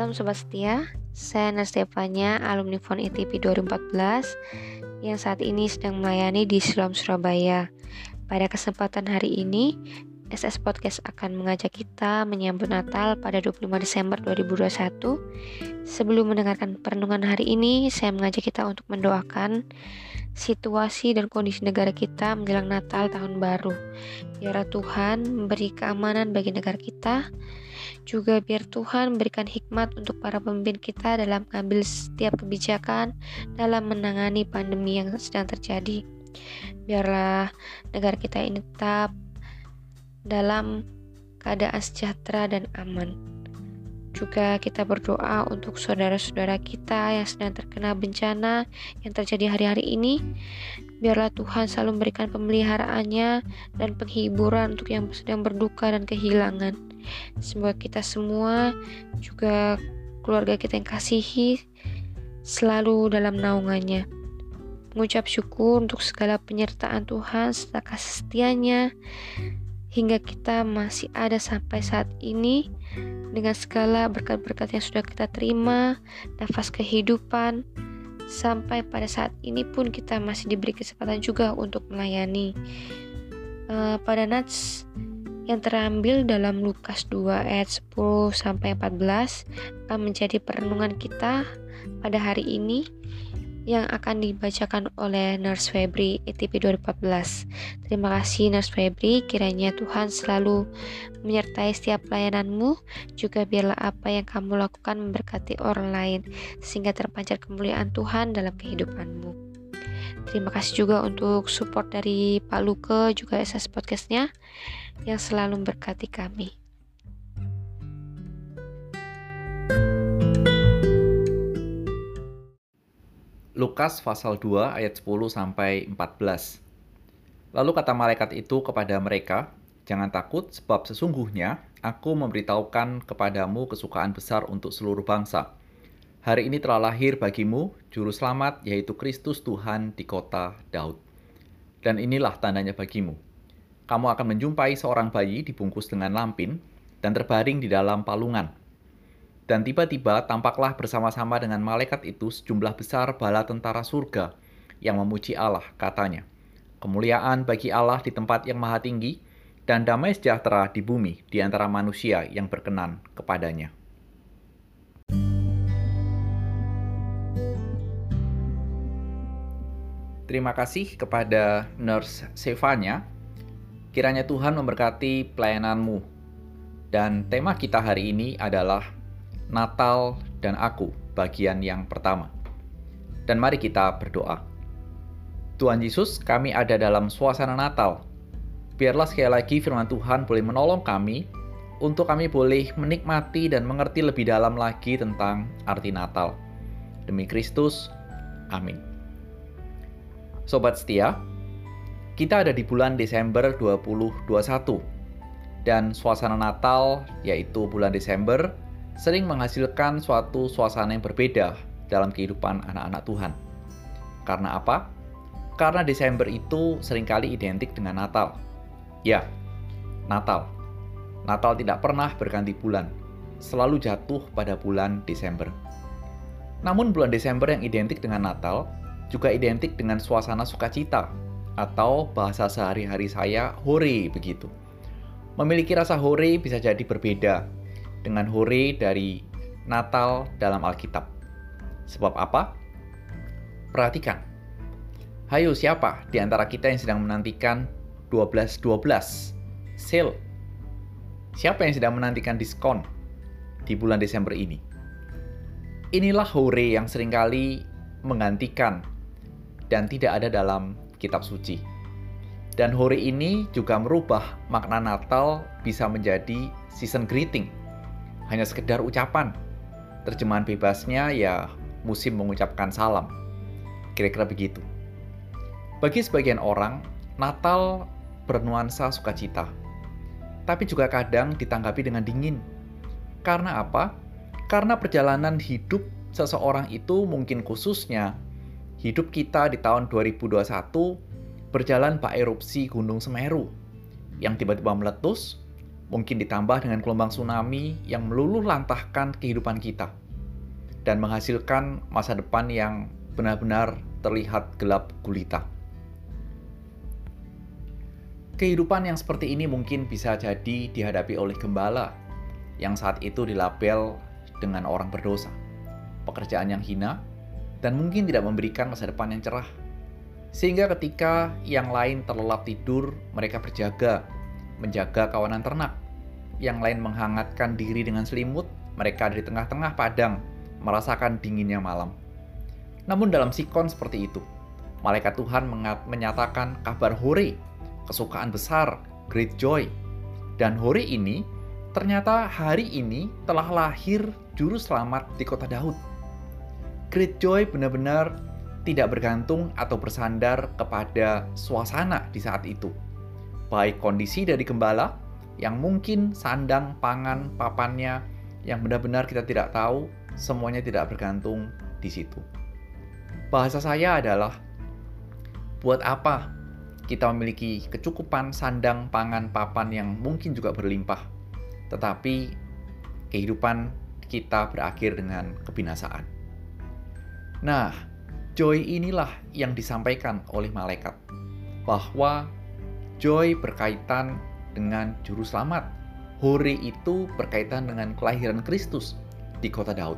Shalom Sobat Setia, saya Nastefanya, alumni FON ITP 2014 yang saat ini sedang melayani di Siloam Surabaya. Pada kesempatan hari ini, SS Podcast akan mengajak kita menyambut Natal pada 25 Desember 2021. Sebelum mendengarkan perenungan hari ini, saya mengajak kita untuk mendoakan situasi dan kondisi negara kita menjelang Natal tahun baru. Biar Tuhan memberi keamanan bagi negara kita, juga biar Tuhan memberikan hikmat untuk para pemimpin kita dalam mengambil setiap kebijakan dalam menangani pandemi yang sedang terjadi. Biarlah negara kita ini tetap dalam keadaan sejahtera dan aman. Juga kita berdoa untuk saudara-saudara kita yang sedang terkena bencana yang terjadi hari-hari ini. Biarlah Tuhan selalu memberikan pemeliharaannya dan penghiburan untuk yang sedang berduka dan kehilangan. Semoga kita semua, juga keluarga kita yang kasihi, selalu dalam naungannya. Mengucap syukur untuk segala penyertaan Tuhan serta kasih setianya, hingga kita masih ada sampai saat ini, dengan segala berkat-berkat yang sudah kita terima, nafas kehidupan, sampai pada saat ini pun kita masih diberi kesempatan juga untuk melayani. Pada nats yang terambil dalam Lukas 2 ayat 10-14 akan menjadi perenungan kita pada hari ini, yang akan dibacakan oleh Nurse Febri ITP 2014. Terima kasih Nurse Febri, kiranya Tuhan selalu menyertai setiap pelayananmu, juga biarlah apa yang kamu lakukan memberkati orang lain, sehingga terpancar kemuliaan Tuhan dalam kehidupanmu. Terima kasih juga untuk support dari Pak Luke, juga SS Podcastnya, yang selalu memberkati kami. Lukas pasal 2 ayat 10-14. Lalu kata malaikat itu kepada mereka, "Jangan takut, sebab sesungguhnya aku memberitahukan kepadamu kesukaan besar untuk seluruh bangsa. Hari ini telah lahir bagimu juru selamat, yaitu Kristus Tuhan di kota Daud. Dan inilah tandanya bagimu. Kamu akan menjumpai seorang bayi dibungkus dengan lampin dan terbaring di dalam palungan. Dan tiba-tiba tampaklah bersama-sama dengan malaikat itu sejumlah besar bala tentara surga yang memuji Allah, katanya, 'Kemuliaan bagi Allah di tempat yang maha tinggi, dan damai sejahtera di bumi di antara manusia yang berkenan kepadanya.'" Terima kasih kepada Nurse Sevanya. Kiranya Tuhan memberkati pelayananmu. Dan tema kita hari ini adalah Natal dan Aku, bagian yang pertama. Dan mari kita berdoa. Tuhan Yesus, kami ada dalam suasana Natal. Biarlah sekali lagi firman Tuhan boleh menolong kami untuk kami boleh menikmati dan mengerti lebih dalam lagi tentang arti Natal. Demi Kristus, amin. Sobat setia, kita ada di bulan Desember 2021. Dan suasana Natal, yaitu bulan Desember, sering menghasilkan suatu suasana yang berbeda dalam kehidupan anak-anak Tuhan. Karena apa? Karena Desember itu seringkali identik dengan Natal. Ya, Natal. Natal tidak pernah berganti bulan, selalu jatuh pada bulan Desember. Namun bulan Desember yang identik dengan Natal juga identik dengan suasana sukacita, atau bahasa sehari-hari saya, hore begitu. Memiliki rasa hore bisa jadi berbeda dengan hore dari Natal dalam Alkitab. Sebab apa? Perhatikan. Hayo, siapa di antara kita yang sedang menantikan 12.12 sale? Siapa yang sedang menantikan diskon di bulan Desember ini? Inilah hore yang seringkali menggantikan dan tidak ada dalam kitab suci. Dan hore ini juga merubah makna Natal bisa menjadi season greeting. Hanya sekedar ucapan. Terjemahan bebasnya ya musim mengucapkan salam. Kira-kira begitu. Bagi sebagian orang, Natal bernuansa sukacita. Tapi juga kadang ditanggapi dengan dingin. Karena apa? Karena perjalanan hidup seseorang itu, mungkin khususnya hidup kita di tahun 2021, berjalan bak erupsi Gunung Semeru yang tiba-tiba meletus Mungkin ditambah dengan gelombang tsunami yang meluluh lantahkan kehidupan kita dan menghasilkan masa depan yang benar-benar terlihat gelap gulita. Kehidupan yang seperti ini mungkin bisa jadi dihadapi oleh gembala yang saat itu dilabel dengan orang berdosa, pekerjaan yang hina, dan mungkin tidak memberikan masa depan yang cerah. Sehingga ketika yang lain terlelap tidur, mereka berjaga, menjaga kawanan ternak. Yang lain menghangatkan diri dengan selimut, mereka di tengah-tengah padang, merasakan dinginnya malam. Namun dalam sikon seperti itu, malaikat Tuhan menyatakan kabar hore, kesukaan besar, great joy. Dan hore ini, ternyata hari ini telah lahir juru selamat di kota Daud. Great joy benar-benar tidak bergantung atau bersandar kepada suasana di saat itu. Baik kondisi dari gembala, yang mungkin sandang, pangan, papannya, yang benar-benar kita tidak tahu, semuanya tidak bergantung di situ. Bahasa saya adalah, buat apa kita memiliki kecukupan sandang, pangan, papan yang mungkin juga berlimpah, tetapi kehidupan kita berakhir dengan kebinasaan. Nah, joy inilah yang disampaikan oleh malaikat, bahwa joy berkaitan dengan juru selamat. Hore itu berkaitan dengan kelahiran Kristus di kota Daud.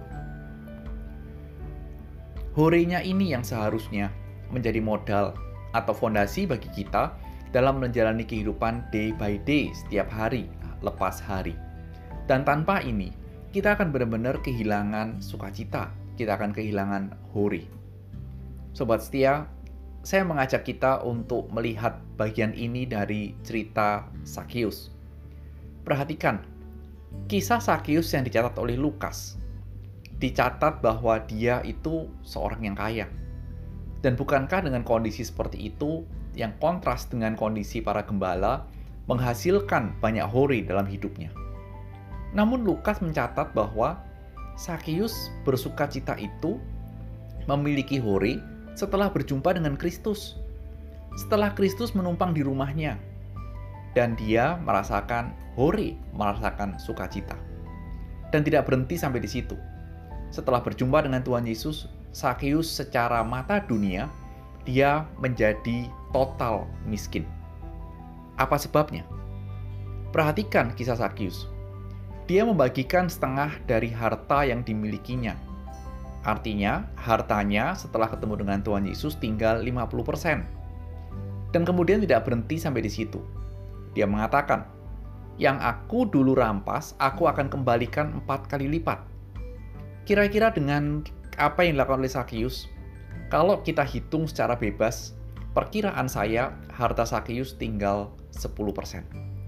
Horenya ini yang seharusnya menjadi modal atau fondasi bagi kita dalam menjalani kehidupan day by day, setiap hari lepas hari. Dan tanpa ini, kita akan benar-benar kehilangan sukacita, kita akan kehilangan hore. Sobat setia, saya mengajak kita untuk melihat bagian ini dari cerita Sakeus. Perhatikan, kisah Sakeus yang dicatat oleh Lukas. Dicatat bahwa dia itu seorang yang kaya. Dan bukankah dengan kondisi seperti itu, yang kontras dengan kondisi para gembala, menghasilkan banyak hore dalam hidupnya. Namun Lukas mencatat bahwa Sakeus bersukacita itu memiliki hore setelah berjumpa dengan Kristus. Setelah Kristus menumpang di rumahnya. Dan dia merasakan hore, merasakan sukacita. Dan tidak berhenti sampai di situ. Setelah berjumpa dengan Tuhan Yesus, Sakeus secara mata dunia, dia menjadi total miskin. Apa sebabnya? Perhatikan kisah Sakeus. Dia membagikan setengah dari harta yang dimilikinya. Artinya, hartanya setelah ketemu dengan Tuhan Yesus tinggal 50%. Dan kemudian tidak berhenti sampai di situ. Dia mengatakan, yang aku dulu rampas, aku akan kembalikan 4 kali lipat. Kira-kira dengan apa yang dilakukan oleh Sakeus, kalau kita hitung secara bebas, perkiraan saya harta Sakeus tinggal 10%.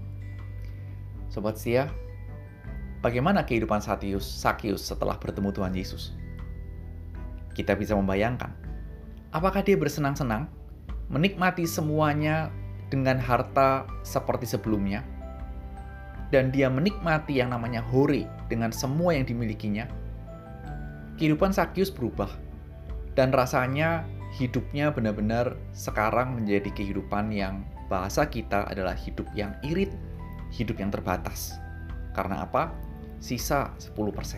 Sobat setia, bagaimana kehidupan Sakeus setelah bertemu Tuhan Yesus? Kita bisa membayangkan, apakah dia bersenang-senang, menikmati semuanya dengan harta seperti sebelumnya, dan dia menikmati yang namanya hore dengan semua yang dimilikinya? Kehidupan Sakeus berubah, dan rasanya hidupnya benar-benar sekarang menjadi kehidupan yang bahasa kita adalah hidup yang irit, hidup yang terbatas. Karena apa? Sisa 10%.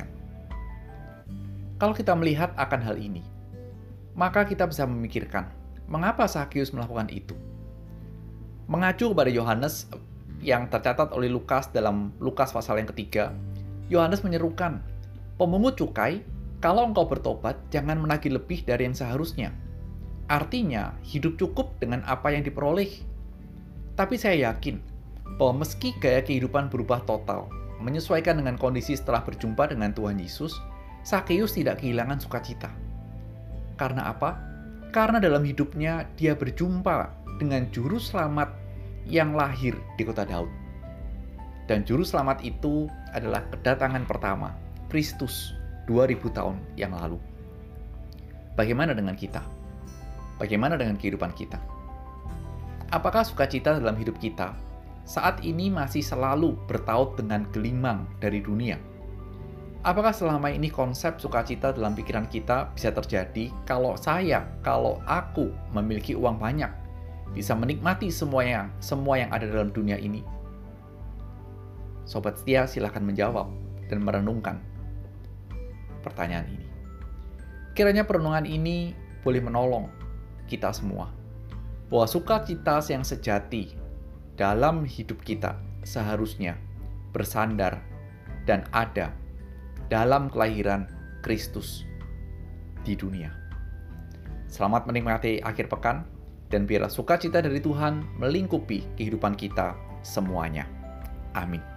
Kalau kita melihat akan hal ini, maka kita bisa memikirkan, mengapa Sakeus melakukan itu? Mengacu kepada Yohanes yang tercatat oleh Lukas dalam Lukas pasal yang ketiga, Yohanes menyerukan, pemungut cukai, kalau engkau bertobat, jangan menagih lebih dari yang seharusnya. Artinya, hidup cukup dengan apa yang diperoleh. Tapi saya yakin, bahwa meski gaya kehidupan berubah total, menyesuaikan dengan kondisi setelah berjumpa dengan Tuhan Yesus, Sakeus tidak kehilangan sukacita. Karena apa? Karena dalam hidupnya dia berjumpa dengan juru selamat yang lahir di kota Daud. Dan juru selamat itu adalah kedatangan pertama, Kristus, 2000 tahun yang lalu. Bagaimana dengan kita? Bagaimana dengan kehidupan kita? Apakah sukacita dalam hidup kita saat ini masih selalu bertaut dengan gelimang dari dunia? Apakah selama ini konsep sukacita dalam pikiran kita bisa terjadi kalau aku memiliki uang banyak, bisa menikmati semua yang ada dalam dunia ini? Sobat setia silahkan menjawab dan merenungkan pertanyaan ini. Kiranya perenungan ini boleh menolong kita semua, bahwa sukacita yang sejati dalam hidup kita seharusnya bersandar dan ada dalam kelahiran Kristus di dunia. Selamat menikmati akhir pekan, dan biarlah sukacita dari Tuhan melingkupi kehidupan kita semuanya. Amin.